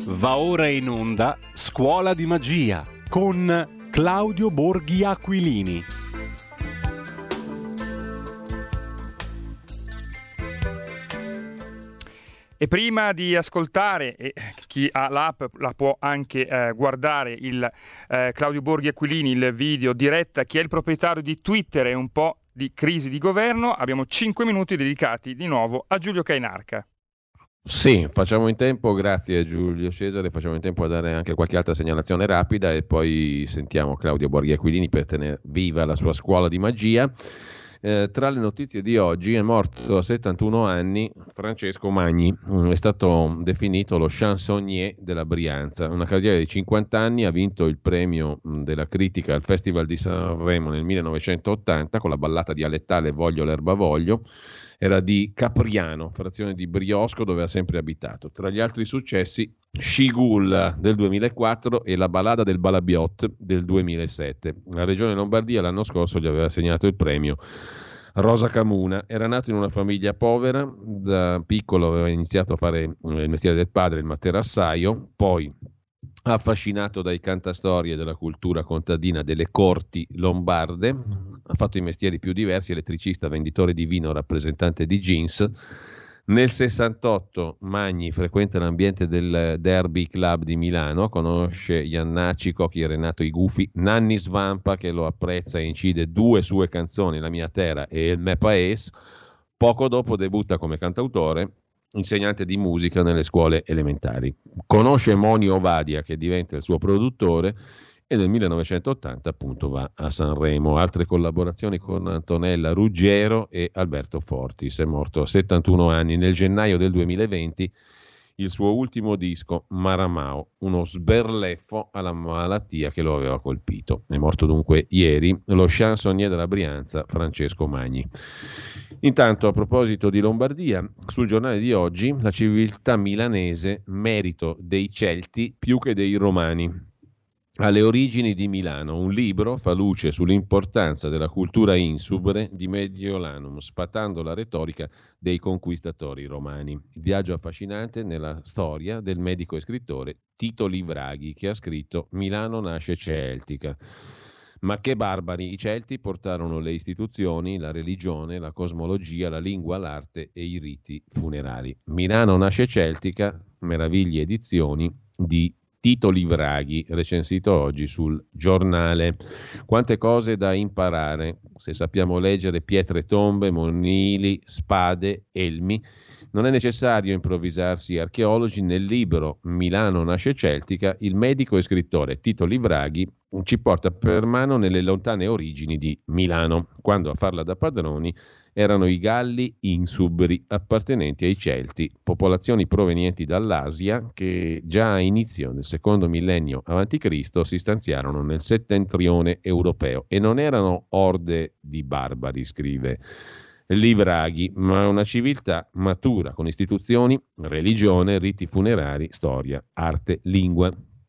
Va ora in onda Scuola di Magia con Claudio Borghi Aquilini. E prima di ascoltare, e chi ha l'app la può anche guardare, il Claudio Borghi Aquilini, il video diretta, chi è il proprietario di Twitter e un po' di crisi di governo, abbiamo 5 minuti dedicati di nuovo a Giulio Cainarca. Sì, facciamo in tempo, grazie Giulio Cesare, facciamo in tempo a dare anche qualche altra segnalazione rapida e poi sentiamo Claudio Borghi Aquilini per tenere viva la sua scuola di magia. Tra le notizie di oggi è morto a 71 anni Francesco Magni, è stato definito lo chansonnier della Brianza, una carriera di 50 anni, ha vinto il premio della critica al Festival di Sanremo nel 1980 con la ballata dialettale Voglio l'erba voglio. Era di Capriano, frazione di Briosco, dove ha sempre abitato. Tra gli altri successi, Scigul del 2004 e La ballada del Balabiot del 2007. La regione Lombardia l'anno scorso gli aveva assegnato il premio Rosa Camuna. Era nato in una famiglia povera, da piccolo aveva iniziato a fare il mestiere del padre, il materassiaio, poi affascinato dai cantastorie della cultura contadina delle corti lombarde, ha fatto i mestieri più diversi: elettricista, venditore di vino, rappresentante di jeans. Nel 68 Magni frequenta l'ambiente del Derby Club di Milano, conosce Iannacci, Cocchi e Renato I Gufi, Nanni Svampa che lo apprezza e incide 2 sue canzoni, La mia terra e Il me paese. Poco dopo debutta come cantautore, insegnante di musica nelle scuole elementari. Conosce Moni Ovadia che diventa il suo produttore e nel 1980 appunto va a Sanremo. Altre collaborazioni con Antonella Ruggiero e Alberto Fortis. È morto a 71 anni. Nel gennaio del 2020 il suo ultimo disco, Maramao, uno sberleffo alla malattia che lo aveva colpito. È morto dunque ieri lo chansonnier della Brianza, Francesco Magni. Intanto, a proposito di Lombardia, sul giornale di oggi, la civiltà milanese, merito dei Celti più che dei Romani. Alle origini di Milano, un libro fa luce sull'importanza della cultura insubre di Mediolanum, sfatando la retorica dei conquistatori romani. Il viaggio affascinante nella storia del medico e scrittore Tito Livraghi, che ha scritto Milano nasce celtica. Ma che barbari, i Celti portarono le istituzioni, la religione, la cosmologia, la lingua, l'arte e i riti funerali. Milano nasce celtica, meraviglie edizioni di Tito Livraghi, recensito oggi sul giornale. Quante cose da imparare, se sappiamo leggere pietre tombe, monili, spade, elmi. Non è necessario improvvisarsi archeologi. Nel libro Milano nasce celtica, il medico e scrittore Tito Livraghi ci porta per mano nelle lontane origini di Milano, quando a farla da padroni erano i Galli insubri appartenenti ai Celti, popolazioni provenienti dall'Asia che già a inizio del secondo millennio a.C. si stanziarono nel settentrione europeo e non erano orde di barbari, scrive Livraghi, ma una civiltà matura con istituzioni, religione, riti funerari, storia, arte, lingua.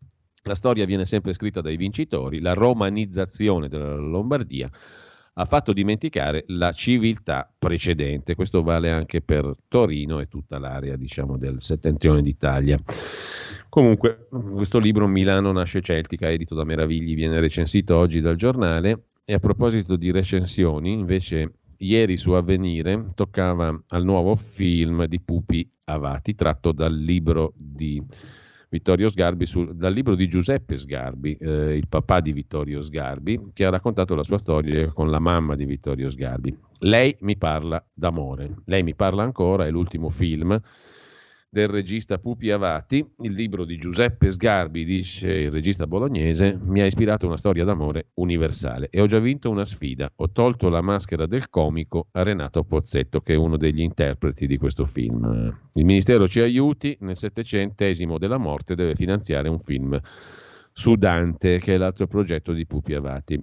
La storia viene sempre scritta dai vincitori, la romanizzazione della Lombardia ha fatto dimenticare la civiltà precedente. Questo vale anche per Torino e tutta l'area, diciamo, del settentrione d'Italia. Comunque, questo libro Milano nasce celtica, edito da Meravigli, viene recensito oggi dal giornale. E a proposito di recensioni, invece, ieri su Avvenire toccava al nuovo film di Pupi Avati, tratto dal libro di Vittorio Sgarbi, dal libro di Giuseppe Sgarbi, il papà di Vittorio Sgarbi, che ha raccontato la sua storia con la mamma di Vittorio Sgarbi. Lei mi parla d'amore, lei mi parla ancora, è l'ultimo film del regista Pupi Avati. Il libro di Giuseppe Sgarbi, dice il regista bolognese, mi ha ispirato una storia d'amore universale e ho già vinto una sfida. Ho tolto la maschera del comico a Renato Pozzetto, che è uno degli interpreti di questo film. Il Ministero ci aiuti, nel 700° della morte deve finanziare un film su Dante, che è l'altro progetto di Pupi Avati.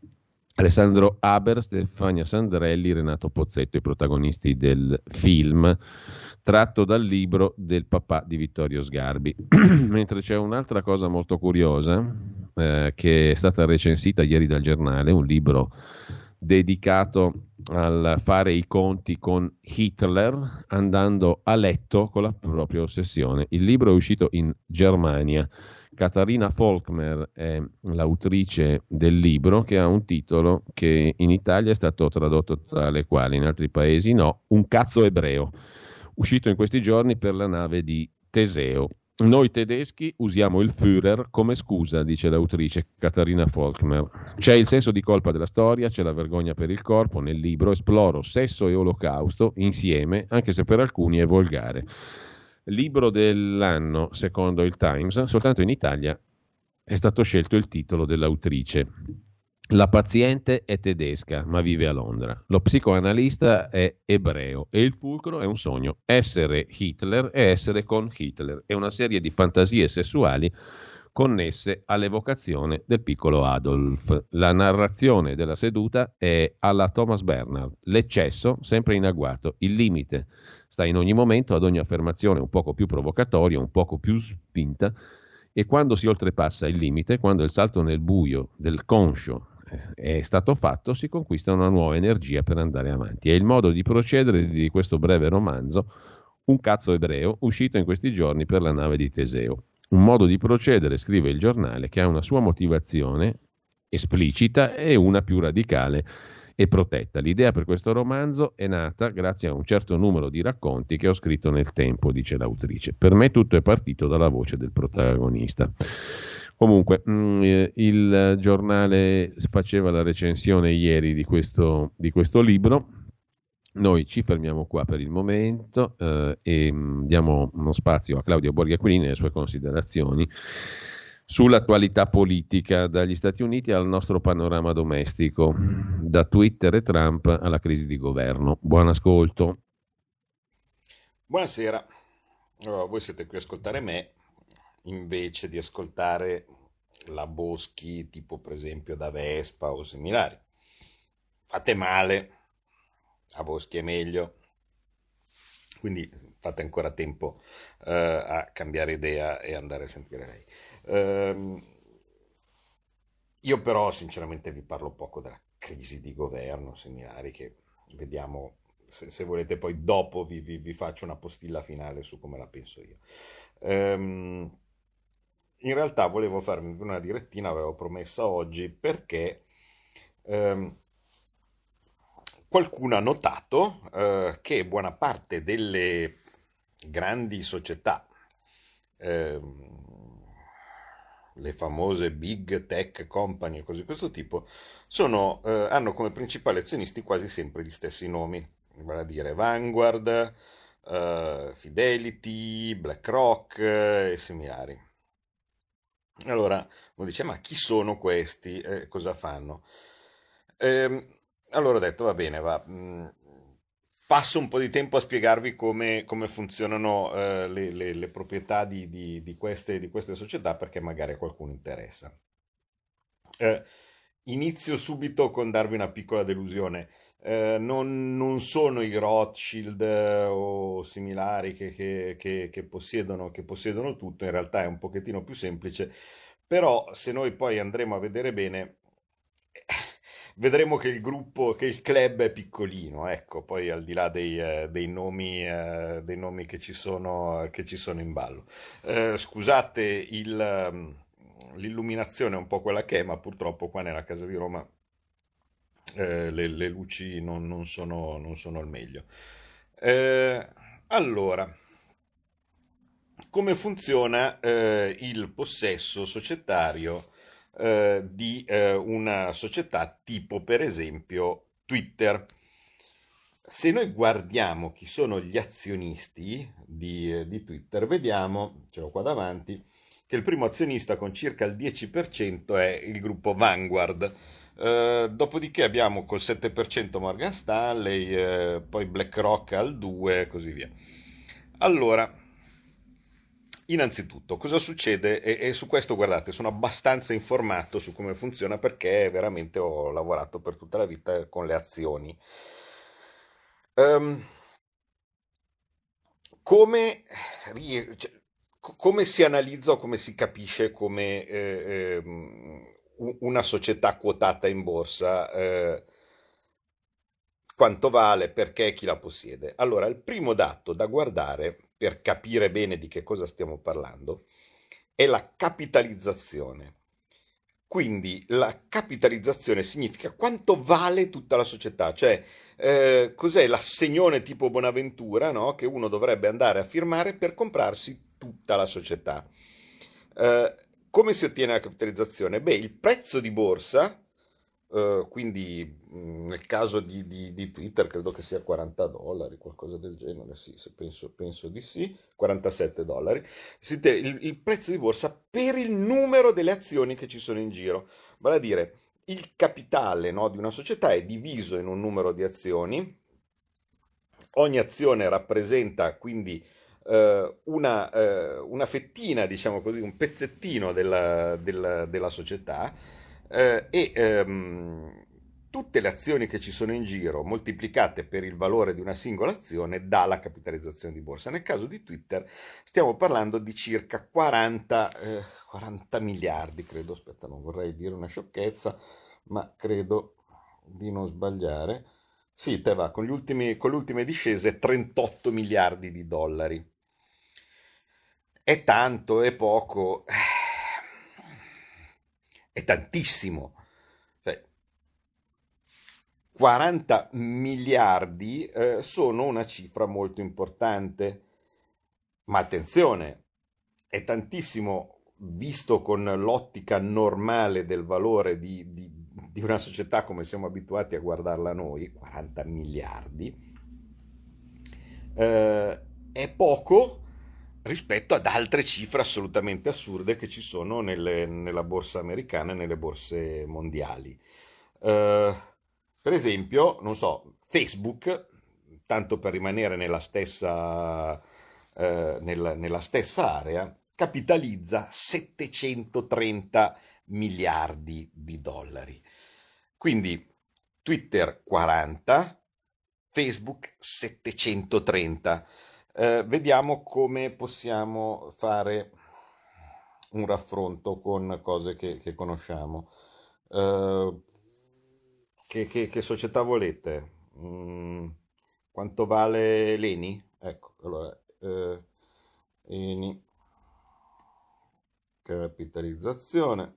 Alessandro Haber, Stefania Sandrelli, Renato Pozzetto, i protagonisti del film, tratto dal libro del papà di Vittorio Sgarbi. Mentre c'è un'altra cosa molto curiosa che è stata recensita ieri dal giornale, un libro dedicato al fare i conti con Hitler, andando a letto con la propria ossessione. Il libro è uscito in Germania. Katharina Volkmer è l'autrice del libro, che ha un titolo che in Italia è stato tradotto tale quale, in altri paesi no, Un cazzo ebreo, uscito in questi giorni per la nave di Teseo. Noi tedeschi usiamo il Führer come scusa, dice l'autrice Katharina Volkmer. C'è il senso di colpa della storia, c'è la vergogna per il corpo. Nel libro esploro sesso e olocausto insieme, anche se per alcuni è volgare. Libro dell'anno, secondo il Times, soltanto in Italia è stato scelto il titolo dell'autrice. La paziente è tedesca, ma vive a Londra. Lo psicoanalista è ebreo e il fulcro è un sogno: essere Hitler e essere con Hitler. È una serie di fantasie sessuali connesse all'evocazione del piccolo Adolf. La narrazione della seduta è alla Thomas Bernhard. L'eccesso sempre in agguato, il limite sta in ogni momento, ad ogni affermazione un poco più provocatoria, un poco più spinta, e quando si oltrepassa il limite, quando il salto nel buio del conscio è stato fatto, si conquista una nuova energia per andare avanti. È il modo di procedere di questo breve romanzo, Un cazzo ebreo, uscito in questi giorni per la nave di Teseo. Un modo di procedere, scrive il giornale, che ha una sua motivazione esplicita e una più radicale e protetta. L'idea per questo romanzo è nata grazie a un certo numero di racconti che ho scritto nel tempo, dice l'autrice. Per me tutto è partito dalla voce del protagonista. Comunque, il giornale faceva la recensione ieri di questo libro. Noi ci fermiamo qua per il momento e diamo uno spazio a Claudio Borghi Aquilini e le sue considerazioni sull'attualità politica, dagli Stati Uniti al nostro panorama domestico, da Twitter e Trump alla crisi di governo. Buon ascolto. Buonasera. Allora, voi siete qui a ascoltare me invece di ascoltare la Boschi, tipo per esempio da Vespa o similari. Fate male, a Boschi è meglio, quindi fate ancora tempo a cambiare idea e andare a sentire lei. Io però sinceramente vi parlo poco della crisi di governo, similari, che vediamo, se volete poi dopo vi faccio una postilla finale su come la penso io. In realtà volevo farmi una direttina, avevo promessa oggi, perché qualcuno ha notato che buona parte delle grandi società, le famose big tech company e cose di questo tipo, hanno come principali azionisti quasi sempre gli stessi nomi, vale a dire Vanguard, Fidelity, BlackRock e similari. Allora, uno dice, ma chi sono questi? Cosa fanno? Allora ho detto, va bene, passo un po' di tempo a spiegarvi come funzionano le proprietà di queste società, perché magari a qualcuno interessa. Inizio subito con darvi una piccola delusione. Non sono i Rothschild o similari che possiedono tutto, in realtà è un pochettino più semplice, però se noi poi andremo a vedere bene, vedremo che il club è piccolino, ecco, poi al di là dei nomi che ci sono in ballo. Scusate l'illuminazione è un po' quella che è, ma purtroppo qua nella casa di Roma le luci non sono al meglio. Allora, come funziona il possesso societario di una società tipo per esempio Twitter? Se noi guardiamo chi sono gli azionisti di Twitter, vediamo, ce l'ho qua davanti, che il primo azionista con circa il 10% è il gruppo Vanguard. Dopodiché abbiamo col 7% Morgan Stanley, poi BlackRock al 2% e così via. Allora, innanzitutto, cosa succede? E su questo, guardate, sono abbastanza informato su come funziona, perché veramente ho lavorato per tutta la vita con le azioni. Come si analizza o come si capisce come una società quotata in borsa quanto vale, perché, chi la possiede. Allora, il primo dato da guardare per capire bene di che cosa stiamo parlando è la capitalizzazione. Quindi la capitalizzazione significa quanto vale tutta la società, cioè cos'è l'assegnione tipo Bonaventura, no? Che uno dovrebbe andare a firmare per comprarsi tutta la società. Eh, Come si ottiene la capitalizzazione? Beh, il prezzo di borsa, quindi nel caso di Twitter credo che sia $40, qualcosa del genere, sì, penso di sì, $47. Il prezzo di borsa per il numero delle azioni che ci sono in giro, vale a dire il capitale, no, di una società è diviso in un numero di azioni, ogni azione rappresenta quindi una fettina, diciamo così, un pezzettino della società, tutte le azioni che ci sono in giro moltiplicate per il valore di una singola azione dà la capitalizzazione di borsa. Nel caso di Twitter stiamo parlando di circa 40 miliardi, credo, aspetta, non vorrei dire una sciocchezza, ma credo di non sbagliare. Sì, te va, con le ultime discese, 38 miliardi di dollari. È tanto, è poco, è tantissimo. Cioè, 40 miliardi sono una cifra molto importante, ma attenzione, è tantissimo visto con l'ottica normale del valore di una società come siamo abituati a guardarla noi, 40 miliardi, è poco rispetto ad altre cifre assolutamente assurde che ci sono nella borsa americana e nelle borse mondiali. Per esempio, non so, Facebook, tanto per rimanere nella stessa area, capitalizza 730 miliardi di dollari. Quindi Twitter 40, Facebook 730. Vediamo come possiamo fare un raffronto con cose che conosciamo. Che società volete? Quanto vale l'Eni? Ecco, allora, Eni, capitalizzazione.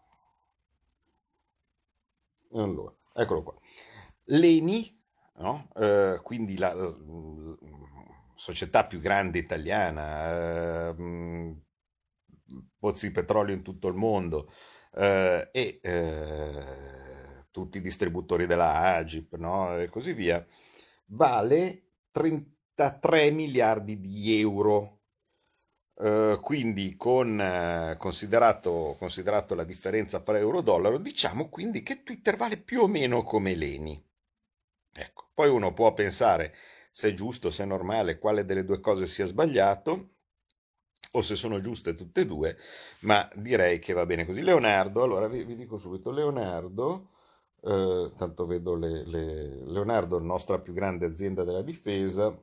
Allora, eccolo qua. L'Eni, no? Quindi la società più grande italiana, pozzi di petrolio in tutto il mondo, e tutti i distributori della Agip, no? E così via, vale 33 miliardi di euro. Quindi considerato la differenza fra euro e dollaro, diciamo quindi che Twitter vale più o meno come l'Eni. Ecco, poi uno può pensare se è giusto, se è normale, quale delle due cose sia sbagliato, o se sono giuste tutte e due, ma direi che va bene così. Leonardo, allora vi dico subito, Leonardo, tanto vedo Leonardo, la nostra più grande azienda della difesa,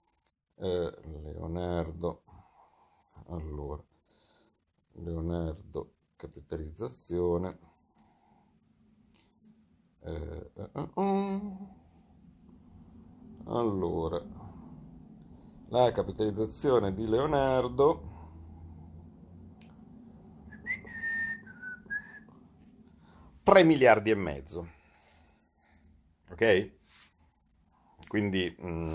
Leonardo, allora, Leonardo, capitalizzazione, allora, la capitalizzazione di Leonardo, 3 miliardi e mezzo, ok? Quindi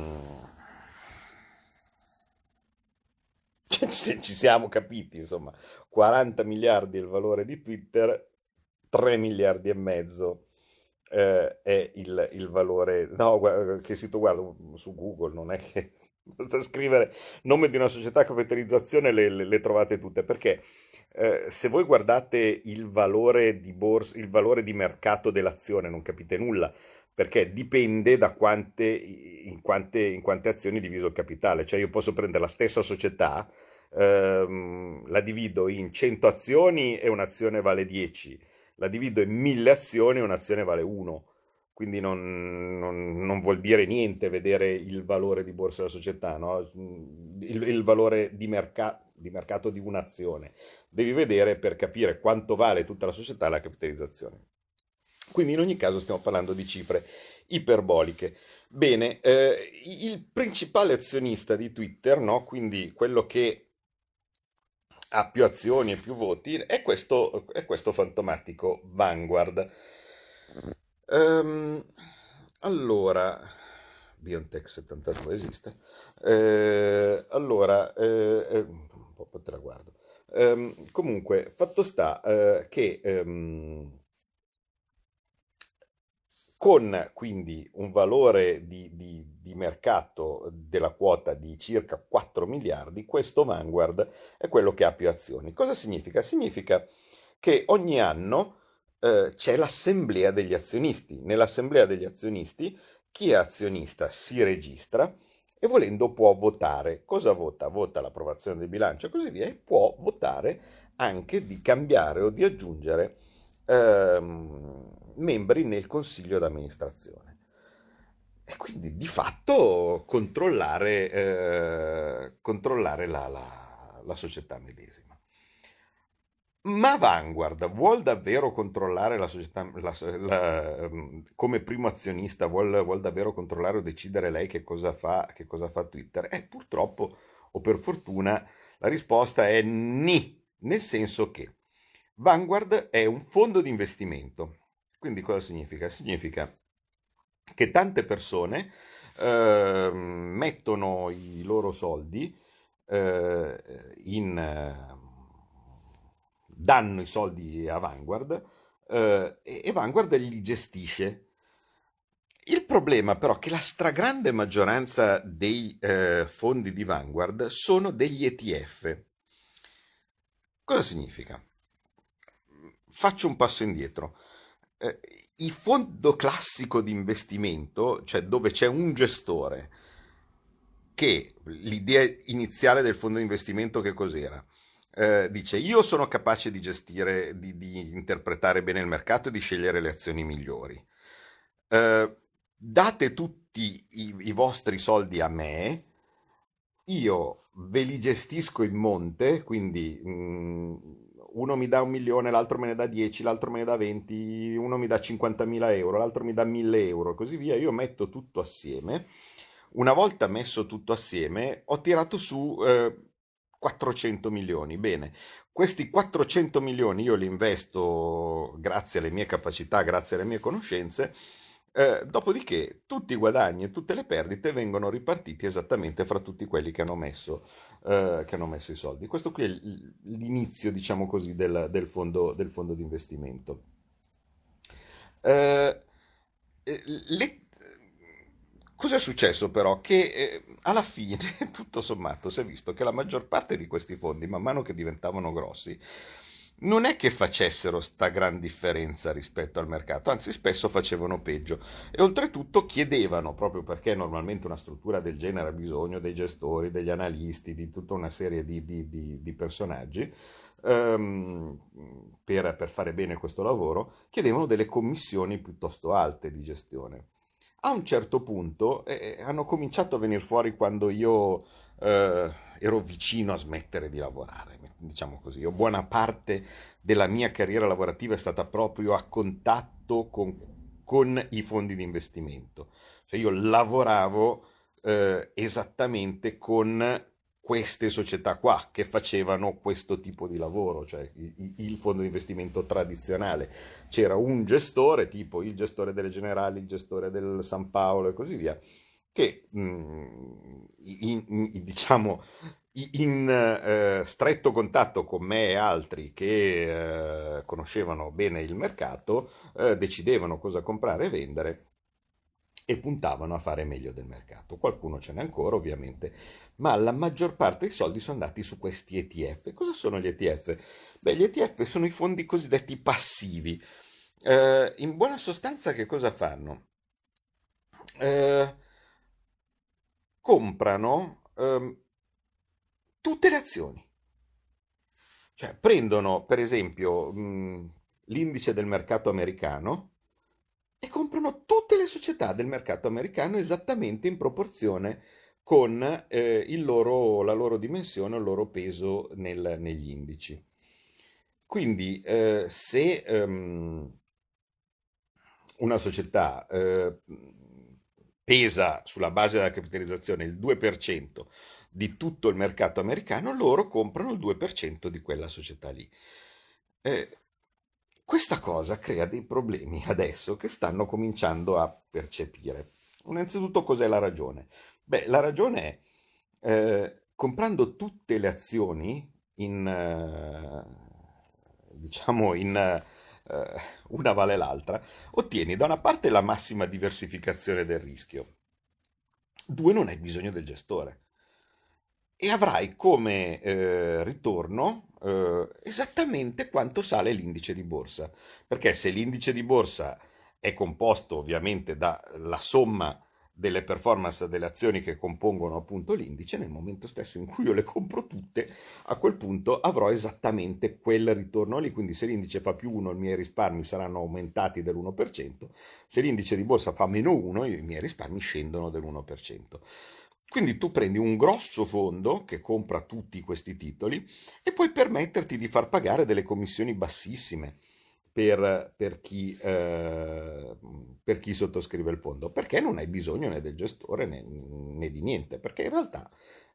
ci siamo capiti, insomma, 40 miliardi è il valore di Twitter, 3 miliardi e mezzo è il valore. No, che sito guardo su Google, non è che basta scrivere nome di una società a capitalizzazione, le trovate tutte, perché se voi guardate il valore di borsa, il valore di mercato dell'azione, non capite nulla, perché dipende da in quante azioni diviso il capitale. Cioè io posso prendere la stessa società, la divido in 100 azioni e un'azione vale 10, la divido in 1000 azioni e un'azione vale 1. Quindi non vuol dire niente vedere il valore di borsa della società, no? Il valore di mercato di un'azione. Devi vedere per capire quanto vale tutta la società la capitalizzazione. Quindi in ogni caso stiamo parlando di cifre iperboliche. Bene, il principale azionista di Twitter, no? Quindi quello che ha più azioni e più voti, è questo fantomatico Vanguard. Ehm, allora, BioNTech 72 esiste. Allora, un po' te la guardo. Comunque, fatto sta che con quindi un valore di mercato della quota di circa 4 miliardi, questo Vanguard è quello che ha più azioni. Cosa significa? Significa che ogni anno c'è l'assemblea degli azionisti. Nell'assemblea degli azionisti chi è azionista si registra e volendo può votare. Cosa vota? Vota l'approvazione del bilancio e così via e può votare anche di cambiare o di aggiungere membri nel consiglio d'amministrazione. E quindi di fatto controllare la società medesima. Ma Vanguard vuol davvero controllare la società, come primo azionista, vuol davvero controllare o decidere lei che cosa fa Twitter? Purtroppo, o per fortuna, la risposta è ni, nel senso che Vanguard è un fondo di investimento. Quindi cosa significa? Significa che tante persone mettono i loro soldi danno i soldi a Vanguard e Vanguard li gestisce. Il problema però è che la stragrande maggioranza dei fondi di Vanguard sono degli ETF. Cosa significa? Faccio un passo indietro. Il fondo classico di investimento, cioè dove c'è un gestore, che l'idea iniziale del fondo di investimento che cos'era? Dice io sono capace di gestire, di interpretare bene il mercato e di scegliere le azioni migliori. Date tutti i vostri soldi a me, io ve li gestisco in monte, quindi uno mi dà 1 milione, l'altro me ne dà 10, l'altro me ne dà 20, uno mi dà 50.000 euro, l'altro mi dà 1.000 euro, e così via. Io metto tutto assieme. Una volta messo tutto assieme, ho tirato su 400 milioni. Bene, questi 400 milioni io li investo grazie alle mie capacità, grazie alle mie conoscenze. Dopodiché tutti i guadagni e tutte le perdite vengono ripartiti esattamente fra tutti quelli che hanno messo i soldi. Questo qui è l'inizio, diciamo così, del fondo di investimento. Eh, le- Cos'è successo però? Che alla fine, tutto sommato, si è visto che la maggior parte di questi fondi, man mano che diventavano grossi, non è che facessero sta gran differenza rispetto al mercato, anzi spesso facevano peggio e oltretutto chiedevano, proprio perché normalmente una struttura del genere ha bisogno dei gestori, degli analisti, di tutta una serie di personaggi, ehm, per fare bene questo lavoro, chiedevano delle commissioni piuttosto alte di gestione. A un certo punto hanno cominciato a venire fuori quando io ero vicino a smettere di lavorare, diciamo così. Io buona parte della mia carriera lavorativa è stata proprio a contatto con i fondi di investimento. Cioè io lavoravo esattamente con queste società qua che facevano questo tipo di lavoro, cioè il fondo di investimento tradizionale. C'era un gestore, tipo il gestore delle Generali, il gestore del San Paolo e così via, che diciamo in stretto contatto con me e altri che conoscevano bene il mercato, decidevano cosa comprare e vendere e puntavano a fare meglio del mercato. Qualcuno ce n'è ancora, ovviamente, ma la maggior parte dei soldi sono andati su questi ETF. Cosa sono gli ETF? Beh, gli ETF sono i fondi cosiddetti passivi. In buona sostanza, che cosa fanno? Eh, Comprano tutte le azioni. Cioè, prendono, per esempio, l'indice del mercato americano e comprano tutte le società del mercato americano esattamente in proporzione con la loro dimensione o il loro peso negli indici. Quindi, se una società pesa sulla base della capitalizzazione il 2% di tutto il mercato americano, loro comprano il 2% di quella società lì. Questa cosa crea dei problemi adesso che stanno cominciando a percepire. Innanzitutto, cos'è la ragione? Beh, la ragione è comprando tutte le azioni diciamo una vale l'altra, ottieni da una parte la massima diversificazione del rischio, due, non hai bisogno del gestore e avrai come ritorno esattamente quanto sale l'indice di borsa, perché se l'indice di borsa è composto ovviamente dalla somma delle performance delle azioni che compongono appunto l'indice, nel momento stesso in cui io le compro tutte, a quel punto avrò esattamente quel ritorno lì. Quindi se l'indice fa più 1, i miei risparmi saranno aumentati dell'1%, se l'indice di borsa fa meno 1, i miei risparmi scendono dell'1%. Quindi tu prendi un grosso fondo che compra tutti questi titoli e puoi permetterti di far pagare delle commissioni bassissime per chi sottoscrive il fondo, perché non hai bisogno né del gestore né di niente, perché in realtà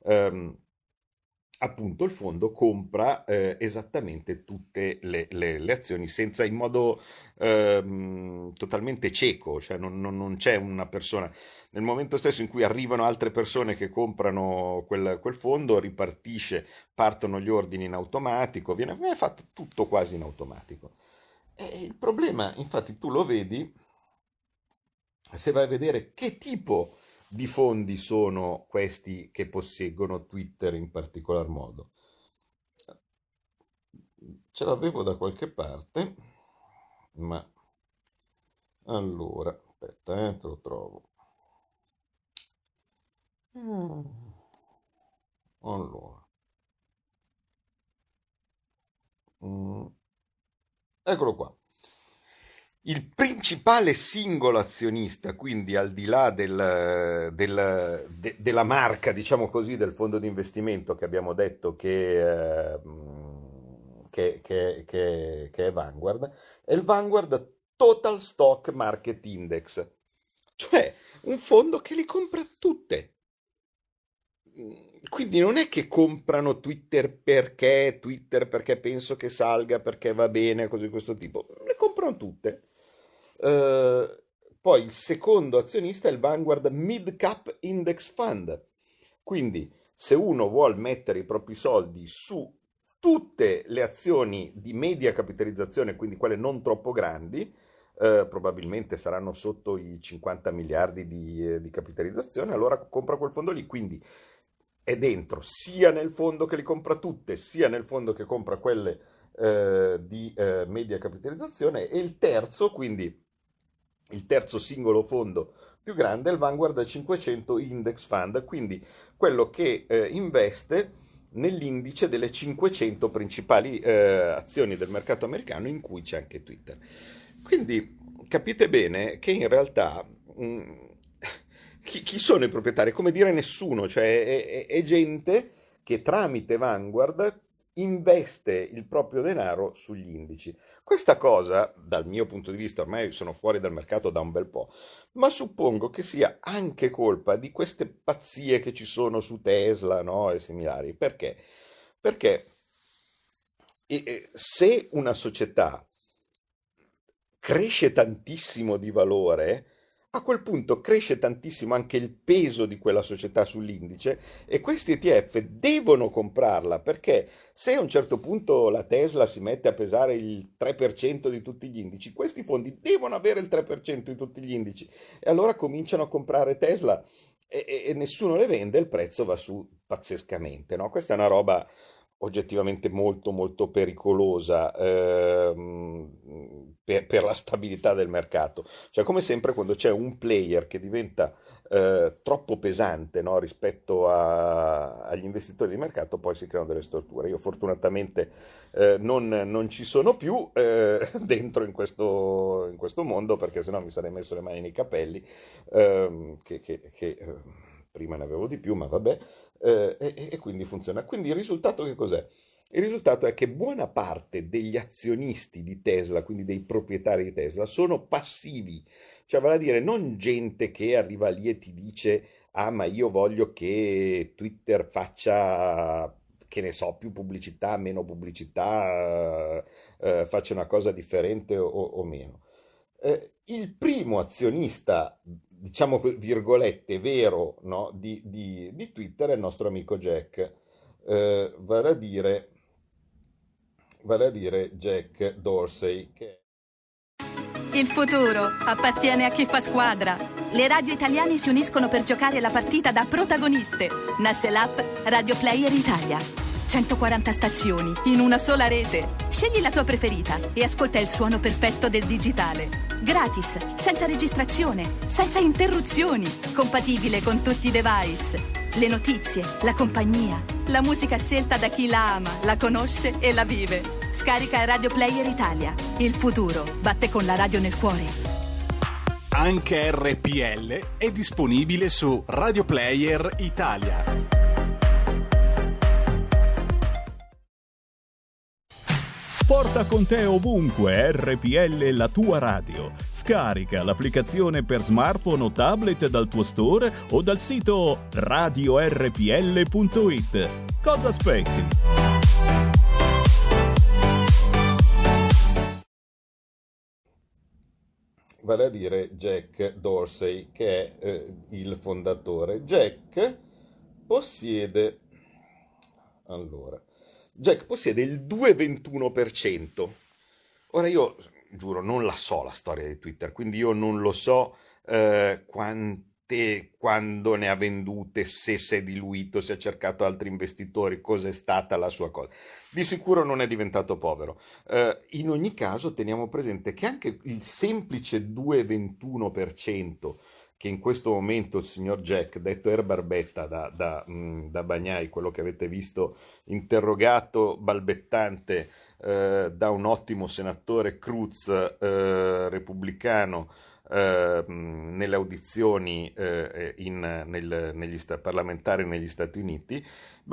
appunto il fondo compra esattamente tutte le azioni in modo totalmente cieco, cioè non c'è una persona. Nel momento stesso in cui arrivano altre persone che comprano quel fondo, partono gli ordini in automatico, viene fatto tutto quasi in automatico. E il problema, infatti, tu lo vedi se vai a vedere che tipo di fondi sono questi che posseggono Twitter in particolar modo. Ce l'avevo da qualche parte, ma allora, aspetta, te lo trovo. Allora. Eccolo qua. Il principale singolo azionista, quindi al di là della marca, diciamo così, del fondo di investimento che abbiamo detto che è Vanguard, è il Vanguard Total Stock Market Index, cioè un fondo che li compra tutte. Quindi non è che comprano Twitter perché penso che salga, perché va bene, così di questo tipo. Le comprano tutte. Poi il secondo azionista è il Vanguard Mid Cap Index Fund. Quindi se uno vuole mettere i propri soldi su tutte le azioni di media capitalizzazione, quindi quelle non troppo grandi, probabilmente saranno sotto i 50 miliardi di capitalizzazione, allora compra quel fondo lì. Quindi è dentro sia nel fondo che li compra tutte, sia nel fondo che compra quelle di media capitalizzazione. E il terzo, quindi il terzo singolo fondo più grande, è il Vanguard 500 Index Fund, quindi quello che investe nell'indice delle 500 principali azioni del mercato americano in cui c'è anche Twitter. Quindi capite bene che in realtà chi sono i proprietari? Come dire nessuno, cioè è gente che tramite Vanguard investe il proprio denaro sugli indici. Questa cosa, dal mio punto di vista, ormai sono fuori dal mercato da un bel po', ma suppongo che sia anche colpa di queste pazzie che ci sono su Tesla, no? E similari. Perché? Perché se una società cresce tantissimo di valore, a quel punto cresce tantissimo anche il peso di quella società sull'indice e questi ETF devono comprarla, perché se a un certo punto la Tesla si mette a pesare il 3% di tutti gli indici, questi fondi devono avere il 3% di tutti gli indici e allora cominciano a comprare Tesla e nessuno le vende, il prezzo va su pazzescamente, no? Questa è una roba oggettivamente molto molto pericolosa per la stabilità del mercato. Cioè, come sempre, quando c'è un player che diventa troppo pesante, no, rispetto agli investitori di mercato, poi si creano delle storture. Io fortunatamente non ci sono più dentro in questo mondo, perché sennò mi sarei messo le mani nei capelli, prima ne avevo di più, ma vabbè, e quindi funziona. Quindi il risultato che cos'è? Il risultato è che buona parte degli azionisti di Tesla, quindi dei proprietari di Tesla, sono passivi, cioè vale a dire non gente che arriva lì e ti dice ah ma io voglio che Twitter faccia, che ne so, più pubblicità, meno pubblicità, faccia una cosa differente o meno. Il primo azionista, diciamo virgolette, vero, no, di Twitter è il nostro amico Jack, vale a dire Jack Dorsey, che Il futuro appartiene a chi fa squadra. Le radio italiane si uniscono per giocare la partita da protagoniste. Nasce l'app Radio Player Italia. 140 stazioni in una sola rete. Scegli la tua preferita e ascolta il suono perfetto del digitale. Gratis, senza registrazione, senza interruzioni. Compatibile con tutti i device. Le notizie, la compagnia, la musica scelta da chi la ama, la conosce e la vive. Scarica Radio Player Italia. Il futuro batte con la radio nel cuore. Anche RPL è disponibile su Radio Player Italia. Porta con te ovunque RPL, la tua radio. Scarica l'applicazione per smartphone o tablet dal tuo store o dal sito radiorpl.it. Cosa aspetti? vale a dire Jack Dorsey, che è il fondatore. Jack possiede il 2,21%. Ora io giuro, non la so la storia di Twitter, quindi io non lo so quando ne ha vendute, se si è diluito, se ha cercato altri investitori, cosa è stata la sua cosa. Di sicuro non è diventato povero. In ogni caso teniamo presente che anche il semplice 2,21% che in questo momento il signor Jack, detto Erbarbetta da Bagnai, quello che avete visto interrogato balbettante da un ottimo senatore Cruz repubblicano nelle audizioni parlamentari negli Stati Uniti,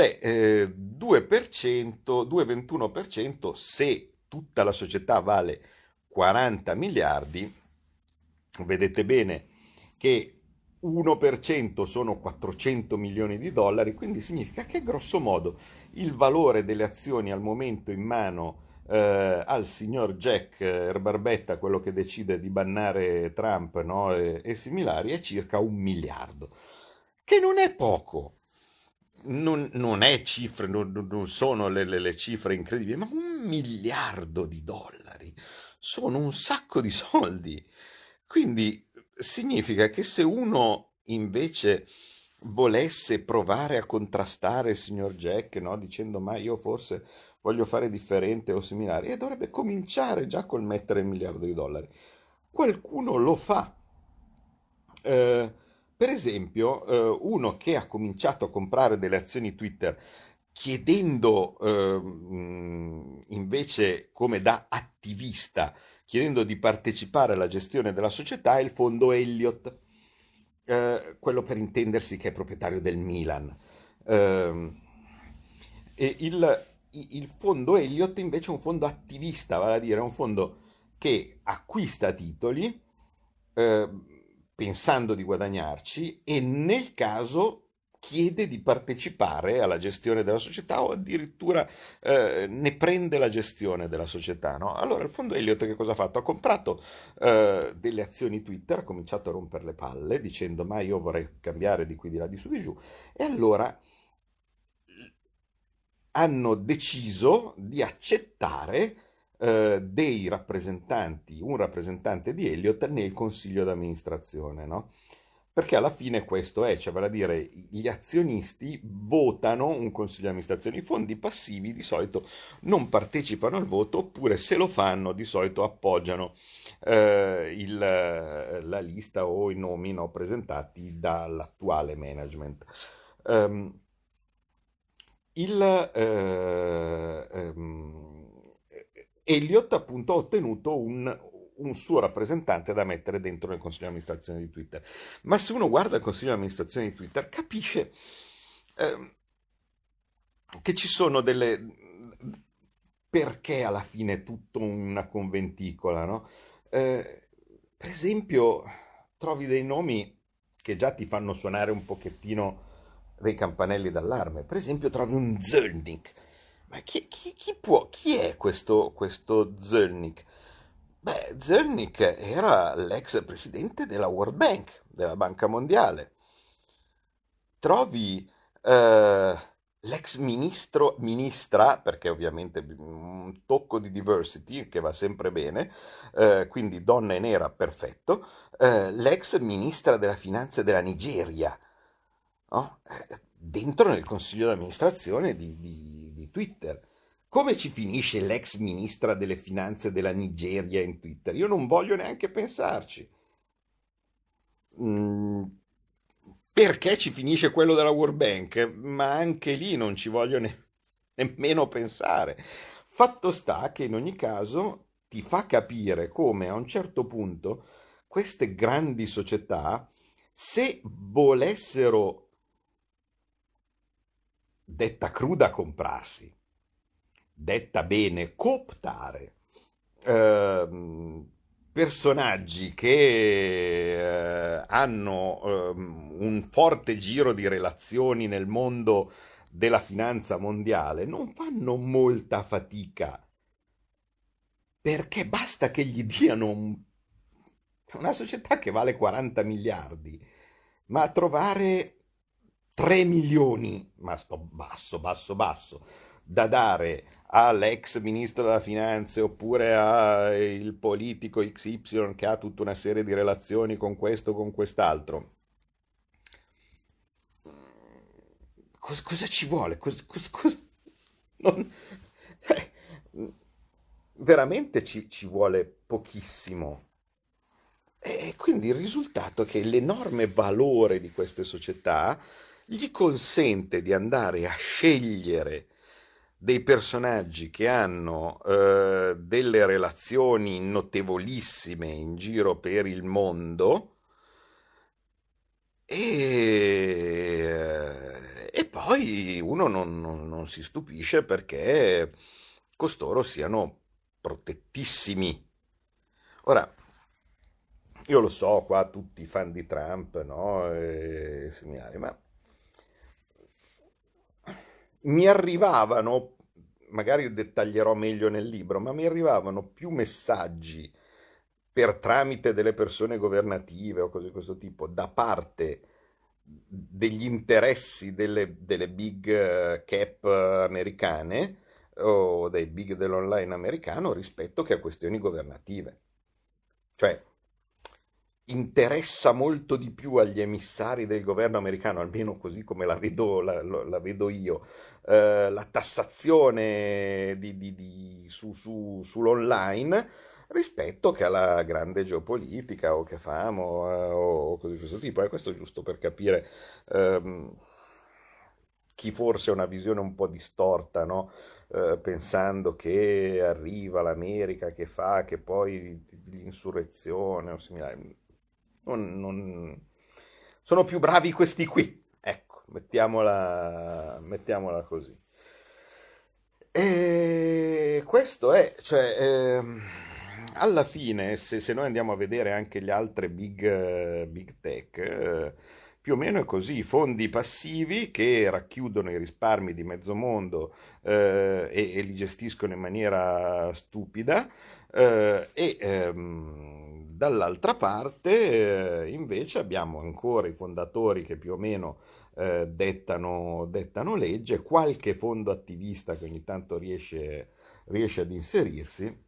2,21%, se tutta la società vale 40 miliardi, vedete bene che 1% sono 400 milioni di dollari, quindi significa che grosso modo il valore delle azioni al momento in mano al signor Jack Erbarbetta, quello che decide di bannare Trump, no? e similari, è circa 1 miliardo, che non è poco, non è cifre, non sono le cifre incredibili, ma 1 miliardo di dollari sono un sacco di soldi. Quindi significa che se uno invece volesse provare a contrastare il signor Jack, no? dicendo ma io forse voglio fare differente o similari, e dovrebbe cominciare già col mettere 1 miliardo di dollari. Qualcuno lo fa. Per esempio, uno che ha cominciato a comprare delle azioni Twitter chiedendo invece, come da attivista, chiedendo di partecipare alla gestione della società, è il fondo Elliott, quello per intendersi che è proprietario del Milan. E il fondo Elliott invece è un fondo attivista, vale a dire è un fondo che acquista titoli pensando di guadagnarci e nel caso chiede di partecipare alla gestione della società o addirittura ne prende la gestione della società, no? Allora il fondo Elliott che cosa ha fatto? Ha comprato delle azioni Twitter, ha cominciato a rompere le palle dicendo ma io vorrei cambiare di qui, di là, di su, di giù, e allora hanno deciso di accettare dei rappresentanti, un rappresentante di Elliott nel consiglio d'amministrazione, no? Perché alla fine questo è, cioè vale a dire gli azionisti votano un consiglio di amministrazione, i fondi passivi di solito non partecipano al voto, oppure se lo fanno di solito appoggiano la lista o i nomi, no, presentati dall'attuale management. Elliott appunto ha ottenuto un suo rappresentante da mettere dentro nel consiglio di amministrazione di Twitter. Ma se uno guarda il consiglio di amministrazione di Twitter capisce che ci sono perché alla fine è tutto una conventicola, no? Per esempio, trovi dei nomi che già ti fanno suonare un pochettino dei campanelli d'allarme. Per esempio, trovi un Zelnik. Ma chi è questo Zelnik? Beh, Zelnik era l'ex presidente della World Bank, della Banca Mondiale. Trovi l'ex ministra, perché ovviamente un tocco di diversity che va sempre bene, quindi donna e nera, perfetto, l'ex ministra della finanza della Nigeria, no? Dentro nel consiglio di amministrazione di Twitter. Come ci finisce l'ex ministra delle finanze della Nigeria in Twitter? Io non voglio neanche pensarci. Perché ci finisce quello della World Bank? Ma anche lì non ci voglio nemmeno pensare. Fatto sta che in ogni caso ti fa capire come a un certo punto queste grandi società, se volessero, detta cruda, comprarsi, detta bene, cooptare personaggi che hanno un forte giro di relazioni nel mondo della finanza mondiale, non fanno molta fatica, perché basta che gli diano una società che vale 40 miliardi, ma trovare 3 milioni, ma sto basso, da dare all'ex ministro della finanza oppure al politico XY che ha tutta una serie di relazioni con questo o con quest'altro. Cosa ci vuole? Non- veramente ci vuole pochissimo. E quindi il risultato è che l'enorme valore di queste società gli consente di andare a scegliere dei personaggi che hanno delle relazioni notevolissime in giro per il mondo e poi uno non si stupisce perché costoro siano protettissimi. Ora, io lo so, qua tutti fan di Trump, no? E similari, ma mi arrivavano, magari dettaglierò meglio nel libro, ma mi arrivavano più messaggi per tramite delle persone governative o cose di questo tipo, da parte degli interessi delle big cap americane o dei big dell'online americano rispetto che a questioni governative. Cioè, interessa molto di più agli emissari del governo americano, almeno così come la vedo io, la tassazione sull'online rispetto che alla grande geopolitica o che famo o cose di questo tipo. E questo è giusto per capire chi forse ha una visione un po' distorta, no? Pensando che arriva l'America che fa, che poi l'insurrezione o similari. Sono più bravi questi qui, ecco, mettiamola così. E questo è, cioè, alla fine, se noi andiamo a vedere anche le altre big tech, più o meno è così: fondi passivi che racchiudono i risparmi di mezzo mondo e li gestiscono in maniera stupida. Dall'altra parte invece abbiamo ancora i fondatori che più o meno dettano legge, qualche fondo attivista che ogni tanto riesce ad inserirsi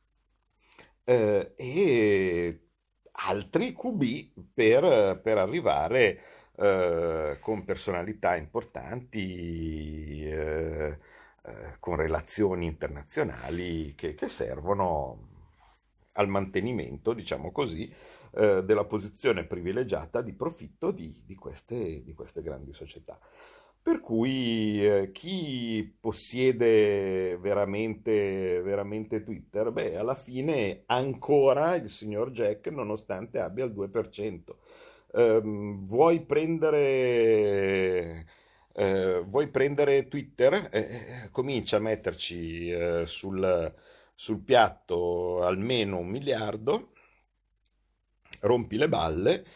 e altri QB per arrivare con personalità importanti, con relazioni internazionali che servono al mantenimento, diciamo così, della posizione privilegiata di profitto di queste grandi società. Per cui chi possiede veramente Twitter, beh, alla fine ancora il signor Jack, nonostante abbia il 2%. Vuoi prendere Vuoi prendere Twitter? Comincia a metterci sul piatto almeno 1 miliardo, rompi le balle,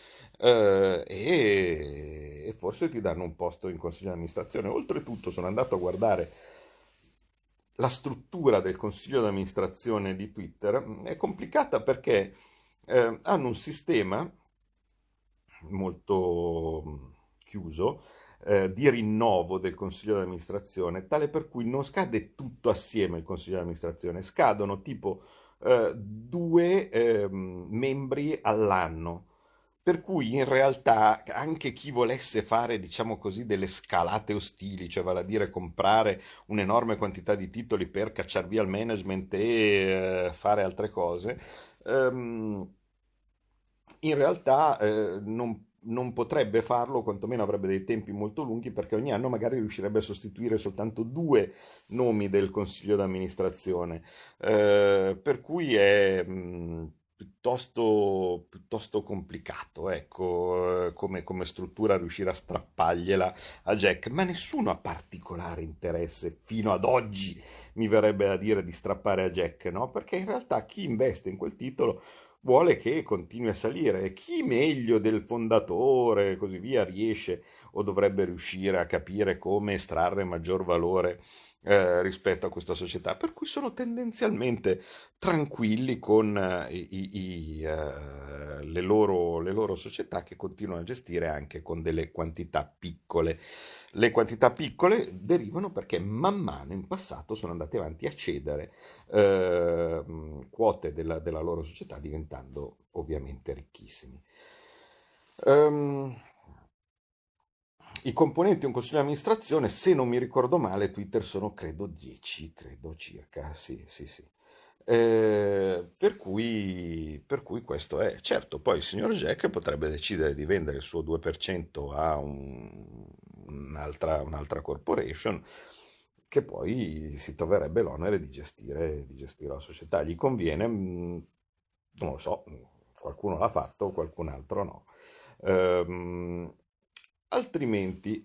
e forse ti danno un posto in consiglio di amministrazione. Oltretutto sono andato a guardare la struttura del consiglio di amministrazione di Twitter. È complicata perché hanno un sistema molto chiuso di rinnovo del consiglio di amministrazione, tale per cui non scade tutto assieme il consiglio di amministrazione, scadono tipo 2 membri all'anno. Per cui in realtà anche chi volesse fare, diciamo così, delle scalate ostili, cioè vale a dire comprare un'enorme quantità di titoli per cacciar via il management e fare altre cose, in realtà non potrebbe farlo, quantomeno avrebbe dei tempi molto lunghi, perché ogni anno magari riuscirebbe a sostituire soltanto 2 nomi del consiglio d'amministrazione, per cui è piuttosto complicato, ecco, come struttura riuscire a strappargliela a Jack, ma nessuno ha particolare interesse fino ad oggi, mi verrebbe da dire, di strappare a Jack, no? Perché in realtà chi investe in quel titolo vuole che continui a salire, e chi meglio del fondatore e così via riesce o dovrebbe riuscire a capire come estrarre maggior valore rispetto a questa società, per cui sono tendenzialmente tranquilli con le loro società, che continuano a gestire anche con delle quantità piccole. Le quantità piccole derivano perché man mano in passato sono andati avanti a cedere quote della loro società, diventando ovviamente ricchissimi. I componenti di un consiglio di amministrazione, se non mi ricordo male, Twitter sono credo 10, credo circa, sì. Per cui questo è. Certo, poi il signor Jack potrebbe decidere di vendere il suo 2% a un'altra corporation, che poi si troverebbe l'onere di gestire la società. Gli conviene, non lo so, qualcuno l'ha fatto, qualcun altro no. Altrimenti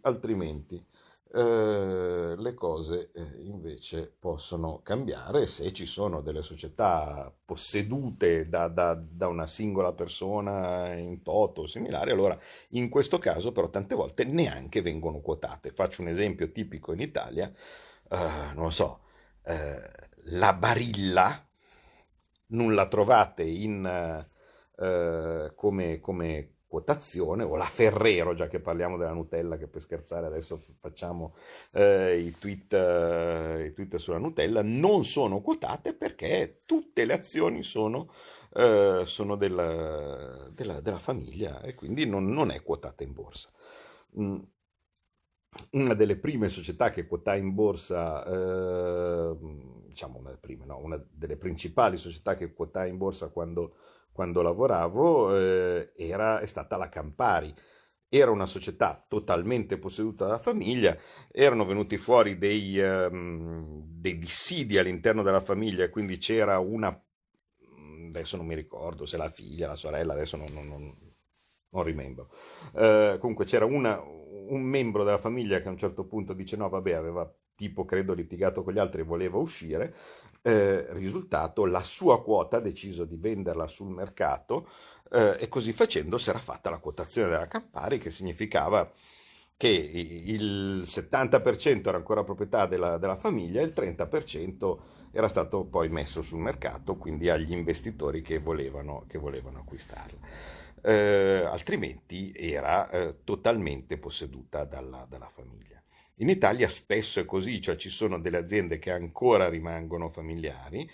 le cose invece possono cambiare se ci sono delle società possedute da una singola persona in toto o similari. Allora in questo caso però tante volte neanche vengono quotate. Faccio un esempio tipico in Italia, non lo so, la Barilla non la trovate come quotazione, o la Ferrero, già che parliamo della Nutella, che per scherzare adesso facciamo i tweet sulla Nutella, non sono quotate perché tutte le azioni sono della famiglia, e quindi non è quotata in borsa. Una delle prime società che quotai in borsa, diciamo una delle prime, no, una delle principali società che quotai in borsa quando lavoravo, è stata la Campari. Era una società totalmente posseduta dalla famiglia, erano venuti fuori dei dissidi all'interno della famiglia, quindi c'era adesso non mi ricordo se la figlia, la sorella, adesso non rimembro. Comunque c'era un membro della famiglia che a un certo punto dice no, vabbè, aveva tipo credo litigato con gli altri e voleva uscire. Risultato, la sua quota ha deciso di venderla sul mercato, e così facendo si era fatta la quotazione della Campari, che significava che il 70% era ancora proprietà della famiglia e il 30% era stato poi messo sul mercato, quindi agli investitori che volevano acquistarla. Altrimenti era totalmente posseduta dalla famiglia. In Italia spesso è così, cioè ci sono delle aziende che ancora rimangono familiari,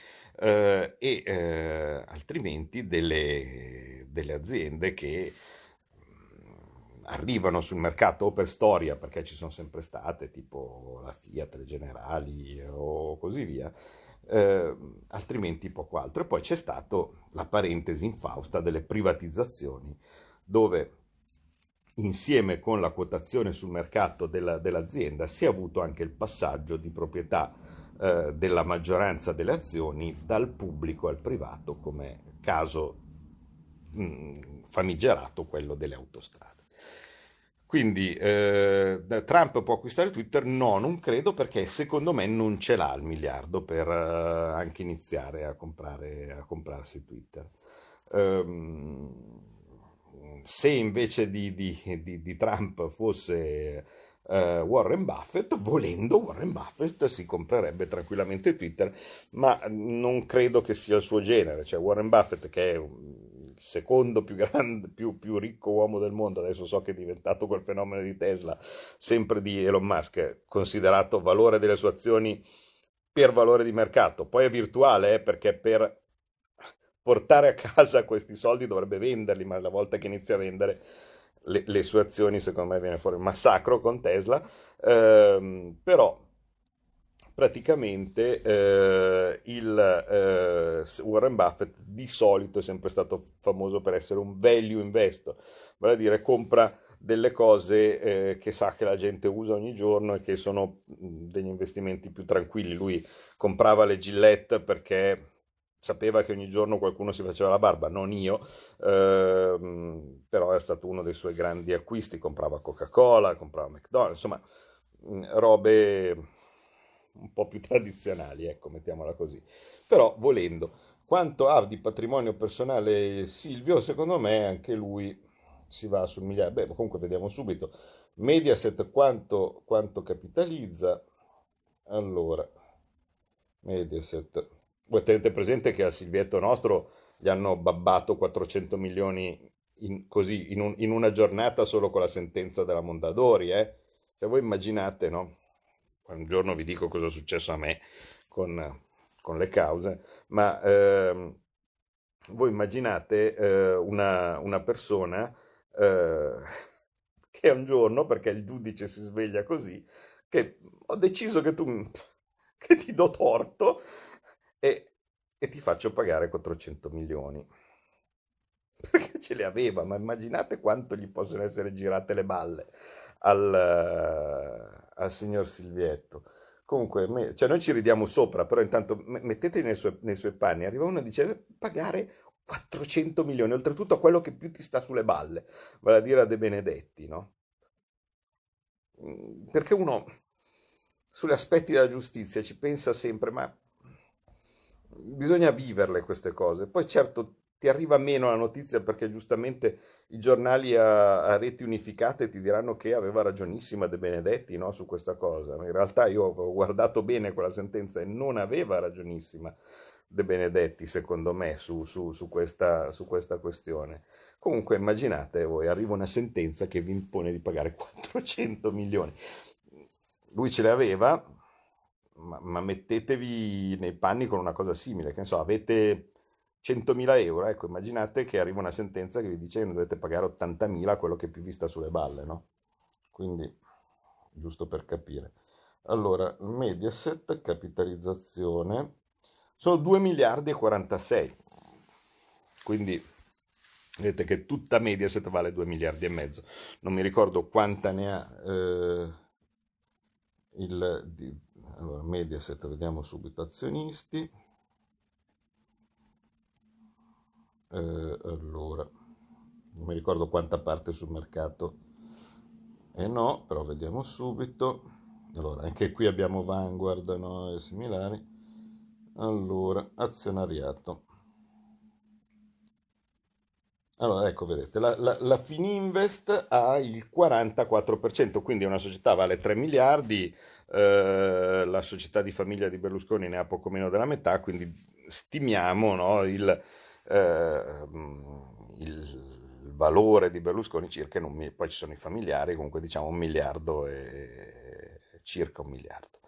e altrimenti delle aziende che arrivano sul mercato o per storia, perché ci sono sempre state, tipo la Fiat, le Generali o così via, altrimenti poco altro. E poi c'è stato la parentesi infausta delle privatizzazioni, dove insieme con la quotazione sul mercato dell'azienda si è avuto anche il passaggio di proprietà della maggioranza delle azioni dal pubblico al privato, come caso famigerato quello delle autostrade. Quindi Trump può acquistare Twitter? No, non credo, perché secondo me non ce l'ha il miliardo per anche iniziare a comprarsi Twitter. Se invece di Trump fosse Warren Buffett, volendo Warren Buffett si comprerebbe tranquillamente Twitter, ma non credo che sia il suo genere. Cioè Warren Buffett, che è il secondo più grande, più ricco uomo del mondo, adesso so che è diventato quel fenomeno di Tesla, sempre di Elon Musk, considerato valore delle sue azioni per valore di mercato, poi è virtuale, perché per portare a casa questi soldi dovrebbe venderli, ma la volta che inizia a vendere le sue azioni, secondo me viene fuori un massacro con Tesla. Però praticamente Warren Buffett di solito è sempre stato famoso per essere un value investor, vale a dire compra delle cose che sa che la gente usa ogni giorno e che sono degli investimenti più tranquilli. Lui comprava le Gillette perché sapeva che ogni giorno qualcuno si faceva la barba, non io, però è stato uno dei suoi grandi acquisti. Comprava Coca-Cola, comprava McDonald's, insomma robe un po' più tradizionali, ecco, mettiamola così. Però volendo, quanto ha di patrimonio personale Silvio? Secondo me anche lui si va sul miliardo. Beh, comunque vediamo subito. Mediaset quanto capitalizza? Allora, Mediaset, voi tenete presente che al Silvietto nostro gli hanno babbato 400 milioni in una giornata solo con la sentenza della Mondadori, eh? Se voi immaginate, no? Un giorno vi dico cosa è successo a me con le cause, ma voi immaginate una persona che un giorno, perché il giudice si sveglia così, che ho deciso che ti do torto e ti faccio pagare 400 milioni. Perché ce le aveva, ma immaginate quanto gli possono essere girate le balle al signor Silvietto. Comunque, cioè noi ci ridiamo sopra, però intanto mettetevi nei suoi panni. Arriva uno e dice pagare 400 milioni, oltretutto a quello che più ti sta sulle balle, vale a dire a De Benedetti, no? Perché uno sugli aspetti della giustizia ci pensa sempre, ma bisogna viverle queste cose. Poi certo ti arriva meno la notizia, perché giustamente i giornali a reti unificate ti diranno che aveva ragionissima De Benedetti, no, su questa cosa. In realtà io ho guardato bene quella sentenza e non aveva ragionissima De Benedetti, secondo me, su questa questione. Comunque immaginate voi, arriva una sentenza che vi impone di pagare 400 milioni. Lui ce le aveva, ma mettetevi nei panni con una cosa simile, che ne so, avete 100.000 euro, ecco, immaginate che arriva una sentenza che vi dice che non dovete pagare 80.000, quello che più vi sta sulle balle, no? Quindi, giusto per capire. Allora, Mediaset, capitalizzazione, sono 2 miliardi e 46, quindi vedete che tutta Mediaset vale 2 miliardi e mezzo. Non mi ricordo quanta ne ha allora, Mediaset, vediamo subito azionisti. Allora, non mi ricordo quanta parte sul mercato no, però vediamo subito. Allora, anche qui abbiamo Vanguard, no, e similari. Allora, azionariato. Allora, ecco, vedete, la Fininvest ha il 44%, quindi una società vale 3 miliardi, la società di famiglia di Berlusconi ne ha poco meno della metà, quindi stimiamo, no, il valore di Berlusconi circa, poi ci sono i familiari, comunque diciamo 1 miliardo e circa 1 miliardo.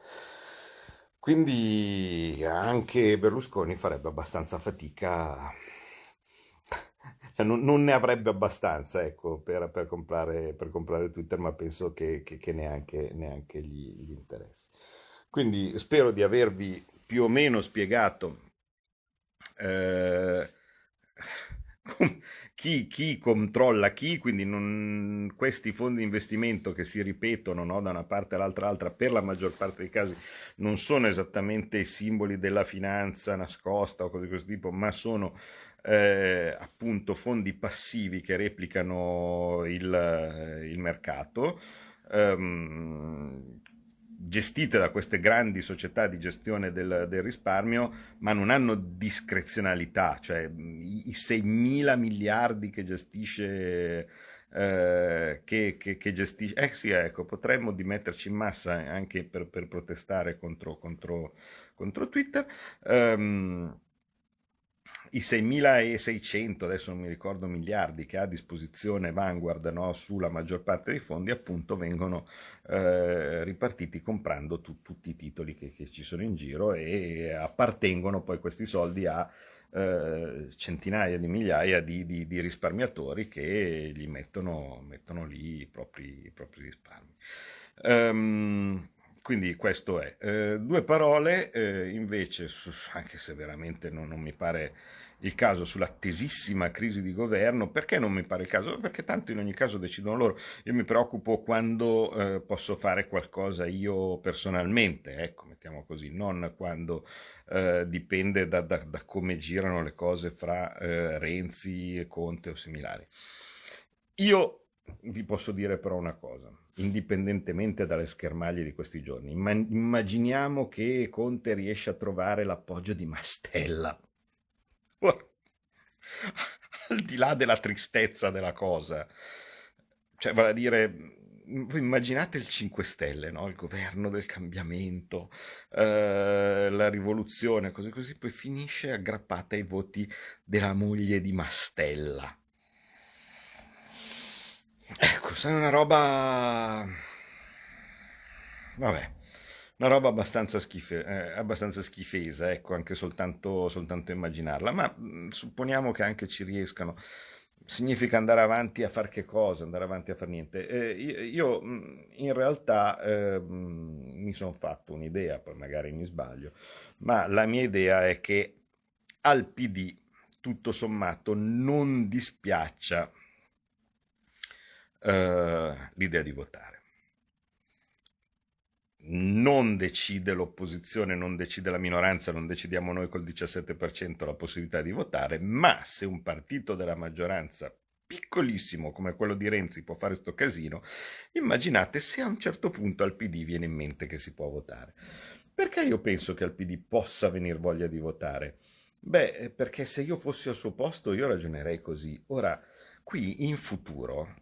Quindi anche Berlusconi farebbe abbastanza fatica, cioè non ne avrebbe abbastanza, ecco, per comprare Twitter, ma penso che neanche gli interessi. Quindi spero di avervi più o meno spiegato chi controlla chi, quindi questi fondi di investimento che si ripetono, no, da una parte all'altra, per la maggior parte dei casi non sono esattamente i simboli della finanza nascosta o cose di questo tipo, ma sono appunto fondi passivi che replicano il mercato, gestite da queste grandi società di gestione del risparmio, ma non hanno discrezionalità, cioè i 6.000 miliardi che gestisce che gestisce, sì, ecco, potremmo dimetterci in massa anche per protestare contro Twitter. I 6.600, adesso non mi ricordo, miliardi che ha a disposizione Vanguard, no, sulla maggior parte dei fondi, appunto vengono ripartiti comprando tutti i titoli che ci sono in giro, e appartengono poi questi soldi a centinaia di migliaia di risparmiatori che gli mettono lì i propri risparmi. Quindi questo è. Due parole invece, anche se veramente non mi pare il caso, sull'attesissima crisi di governo. Perché non mi pare il caso? Perché tanto in ogni caso decidono loro. Io mi preoccupo quando posso fare qualcosa io personalmente, ecco, mettiamo così, non quando dipende da come girano le cose fra Renzi, Conte o similari. Io vi posso dire però una cosa, indipendentemente dalle schermaglie di questi giorni. Immaginiamo che Conte riesce a trovare l'appoggio di Mastella. Al di là della tristezza della cosa, cioè, vale a dire, voi immaginate il 5 Stelle, no? Il governo del cambiamento, la rivoluzione, così, poi finisce aggrappata ai voti della moglie di Mastella. Ecco, è una roba, vabbè, una roba abbastanza schifesa, ecco, anche soltanto immaginarla, ma supponiamo che anche ci riescano. Significa andare avanti a far che cosa? Andare avanti a far niente. Io in realtà mi sono fatto un'idea, poi magari mi sbaglio, ma la mia idea è che al PD tutto sommato non dispiaccia l'idea di votare. Non decide l'opposizione, non decide la minoranza, non decidiamo noi col 17% la possibilità di votare, ma se un partito della maggioranza piccolissimo come quello di Renzi può fare sto casino, immaginate se a un certo punto al PD viene in mente che si può votare. Perché io penso che al PD possa venir voglia di votare? Beh, perché se io fossi al suo posto io ragionerei così. Ora, qui in futuro,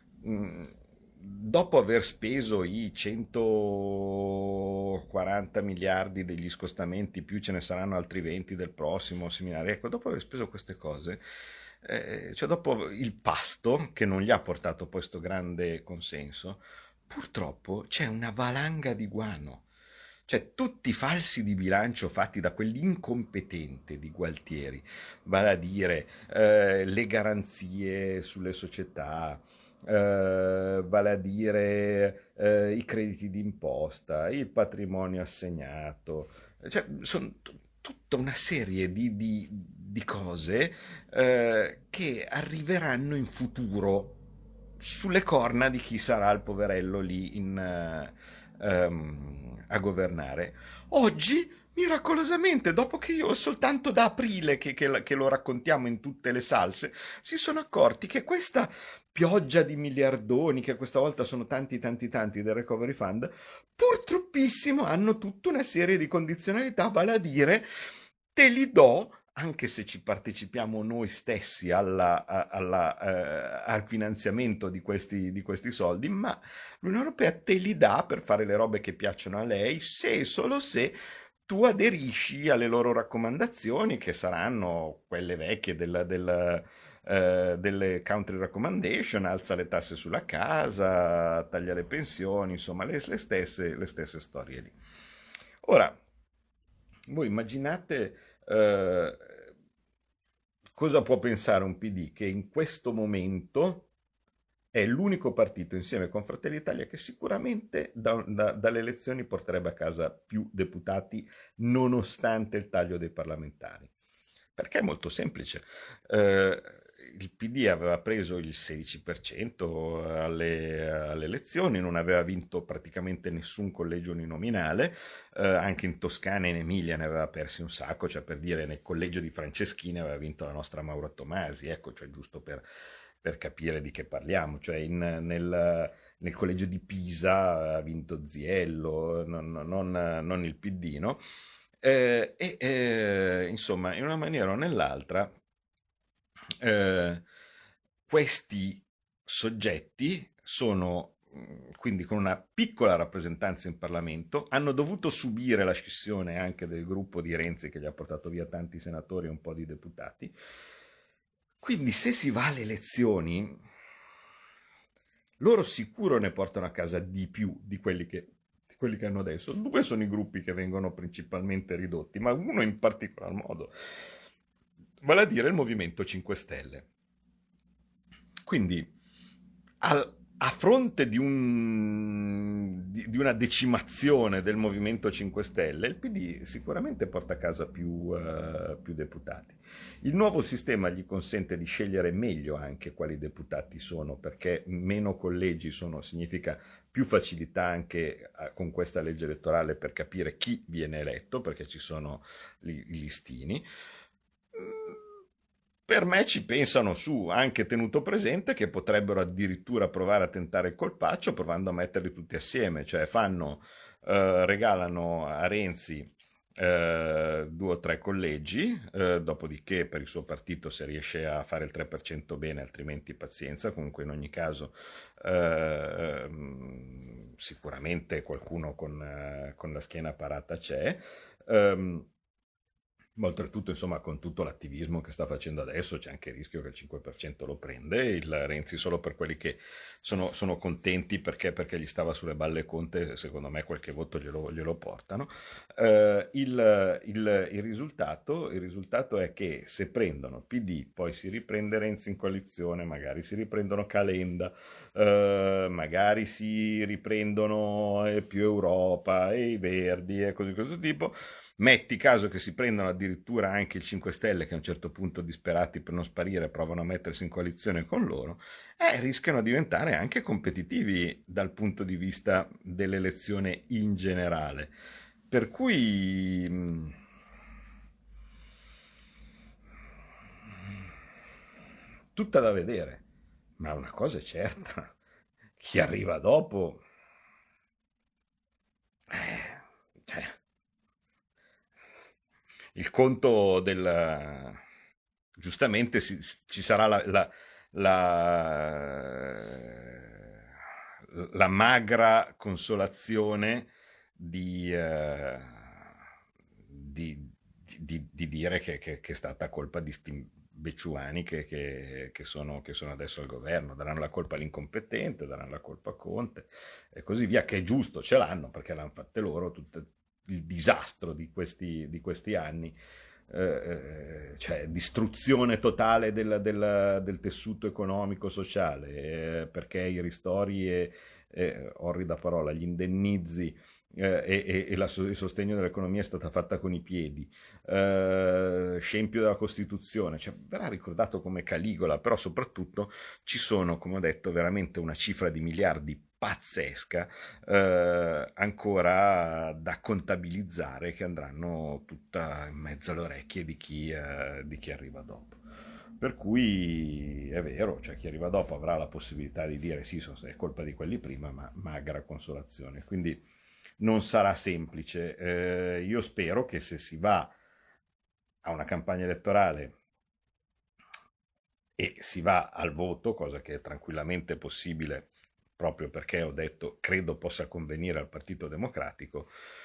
dopo aver speso i 140 miliardi degli scostamenti, più ce ne saranno altri 20 del prossimo seminario, ecco, dopo aver speso queste cose, cioè dopo il pasto, che non gli ha portato poi questo grande consenso, purtroppo c'è una valanga di guano. Cioè tutti i falsi di bilancio fatti da quell'incompetente di Gualtieri, vale a dire le garanzie sulle società, vale a dire i crediti d'imposta, il patrimonio assegnato, cioè sono tutta una serie di cose che arriveranno in futuro sulle corna di chi sarà il poverello lì a governare. Oggi, miracolosamente, dopo che io soltanto da aprile che lo raccontiamo in tutte le salse, si sono accorti che questa pioggia di miliardoni, che questa volta sono tanti del Recovery Fund, purtroppissimo hanno tutta una serie di condizionalità, vale a dire, te li do, anche se ci partecipiamo noi stessi al finanziamento di questi soldi, ma l'Unione Europea te li dà per fare le robe che piacciono a lei, se e solo se tu aderisci alle loro raccomandazioni, che saranno quelle vecchie delle country recommendation, alza le tasse sulla casa, taglia le pensioni, insomma le stesse storie lì. Ora, voi immaginate cosa può pensare un PD che in questo momento è l'unico partito insieme con Fratelli d'Italia che sicuramente dalle elezioni porterebbe a casa più deputati nonostante il taglio dei parlamentari. Perché è molto semplice. il PD aveva preso il 16% alle elezioni, non aveva vinto praticamente nessun collegio uninominale, anche in Toscana e in Emilia ne aveva persi un sacco, cioè per dire nel collegio di Franceschini aveva vinto la nostra Maura Tomasi, ecco, cioè giusto per capire di che parliamo, cioè nel collegio di Pisa ha vinto Ziello, non il PD, no? Insomma, in una maniera o nell'altra, questi soggetti sono, quindi con una piccola rappresentanza in Parlamento, hanno dovuto subire la scissione anche del gruppo di Renzi che gli ha portato via tanti senatori e un po' di deputati. Quindi se si va alle elezioni, loro sicuro ne portano a casa di più di quelli che hanno adesso. 2 sono i gruppi che vengono principalmente ridotti, ma uno in particolar modo, vale a dire il Movimento 5 Stelle. Quindi a fronte di una decimazione del Movimento 5 Stelle, il PD sicuramente porta a casa più deputati. Il nuovo sistema gli consente di scegliere meglio anche quali deputati sono, perché meno collegi significa più facilità anche con questa legge elettorale per capire chi viene eletto, perché ci sono i listini. Per me ci pensano su, anche tenuto presente che potrebbero addirittura provare a tentare il colpaccio provando a metterli tutti assieme, cioè regalano a Renzi 2 o 3 collegi, dopodiché per il suo partito se riesce a fare il 3% bene, altrimenti pazienza, comunque in ogni caso sicuramente qualcuno con la schiena parata c'è. Ma oltretutto, insomma, con tutto l'attivismo che sta facendo adesso c'è anche il rischio che il 5% lo prende il Renzi, solo per quelli che sono contenti perché gli stava sulle balle Conte, secondo me qualche voto glielo portano. Il risultato è che se prendono PD, poi si riprende Renzi in coalizione, magari si riprendono Calenda, magari si riprendono più Europa e i Verdi e così questo tipo. Metti caso che si prendano addirittura anche il 5 Stelle, che a un certo punto, disperati per non sparire, provano a mettersi in coalizione con loro, rischiano di diventare anche competitivi dal punto di vista dell'elezione in generale. Per cui tutta da vedere, ma una cosa è certa, chi arriva dopo, cioè, il conto giustamente ci sarà la magra consolazione di dire che è stata colpa di sti becciuani che sono adesso al governo, daranno la colpa all'incompetente, daranno la colpa a Conte e così via, che è giusto, ce l'hanno perché l'hanno fatte loro tutte. Il disastro di questi anni, cioè distruzione totale del tessuto economico sociale, perché i ristori orrida parola, gli indennizi e il sostegno dell'economia è stata fatta con i piedi, scempio della Costituzione, cioè verrà ricordato come Caligola, però soprattutto ci sono, come ho detto, veramente una cifra di miliardi pazzesca ancora da contabilizzare, che andranno tutta in mezzo alle orecchie di chi arriva dopo. Per cui è vero, cioè chi arriva dopo avrà la possibilità di dire sì, è colpa di quelli prima, ma magra consolazione. Quindi non sarà semplice. Io spero che se si va a una campagna elettorale e si va al voto, cosa che è tranquillamente possibile, proprio perché ho detto credo possa convenire al Partito Democratico,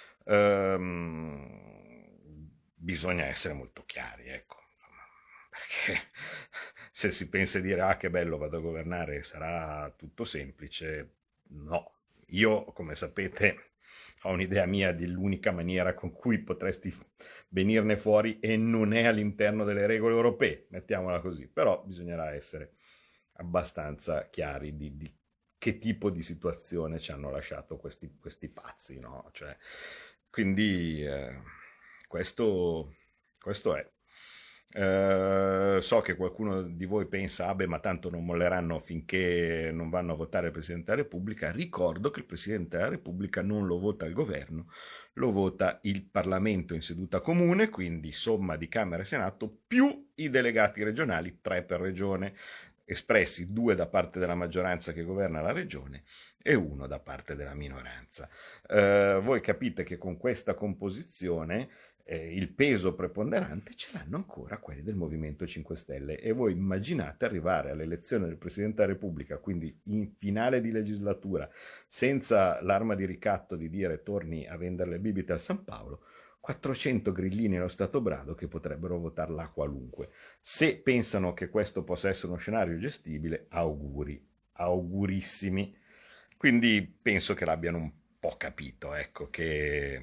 bisogna essere molto chiari, ecco, perché se si pensa di dire che bello, vado a governare, sarà tutto semplice, no. Io, come sapete, ho un'idea mia dell'unica maniera con cui potresti venirne fuori e non è all'interno delle regole europee, mettiamola così, però bisognerà essere abbastanza chiari di che tipo di situazione ci hanno lasciato questi pazzi, no? Cioè, quindi questo è. So che qualcuno di voi pensa, ma tanto non molleranno finché non vanno a votare il Presidente della Repubblica. Ricordo che il Presidente della Repubblica non lo vota il governo, lo vota il Parlamento in seduta comune, quindi somma di Camera e Senato più i delegati regionali, 3 per regione, espressi 2 da parte della maggioranza che governa la regione e 1 da parte della minoranza. Voi capite che con questa composizione il peso preponderante ce l'hanno ancora quelli del Movimento 5 Stelle, e voi immaginate arrivare all'elezione del Presidente della Repubblica, quindi in finale di legislatura, senza l'arma di ricatto di dire torni a vendere le bibite al San Paolo, 400 grillini allo Stato Brado che potrebbero votarla qualunque. Se pensano che questo possa essere uno scenario gestibile, augurissimi. Quindi penso che l'abbiano un po' capito, ecco, che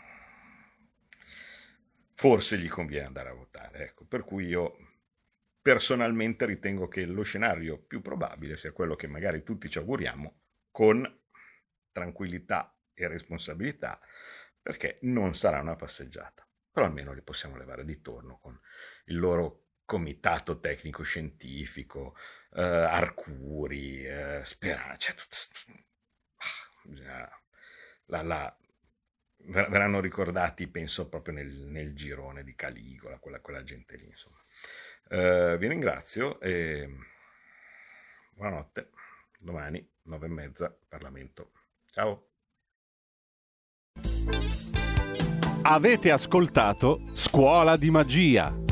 forse gli conviene andare a votare, ecco. Per cui io personalmente ritengo che lo scenario più probabile sia quello che magari tutti ci auguriamo, con tranquillità e responsabilità, perché non sarà una passeggiata, però almeno li possiamo levare di torno con il loro comitato tecnico scientifico, Arcuri, Speranza, verranno ricordati, penso, proprio nel girone di Caligola, quella gente lì, insomma. Vi ringrazio e buonanotte. Domani 9:30 Parlamento. Ciao. Avete ascoltato Scuola di Magia.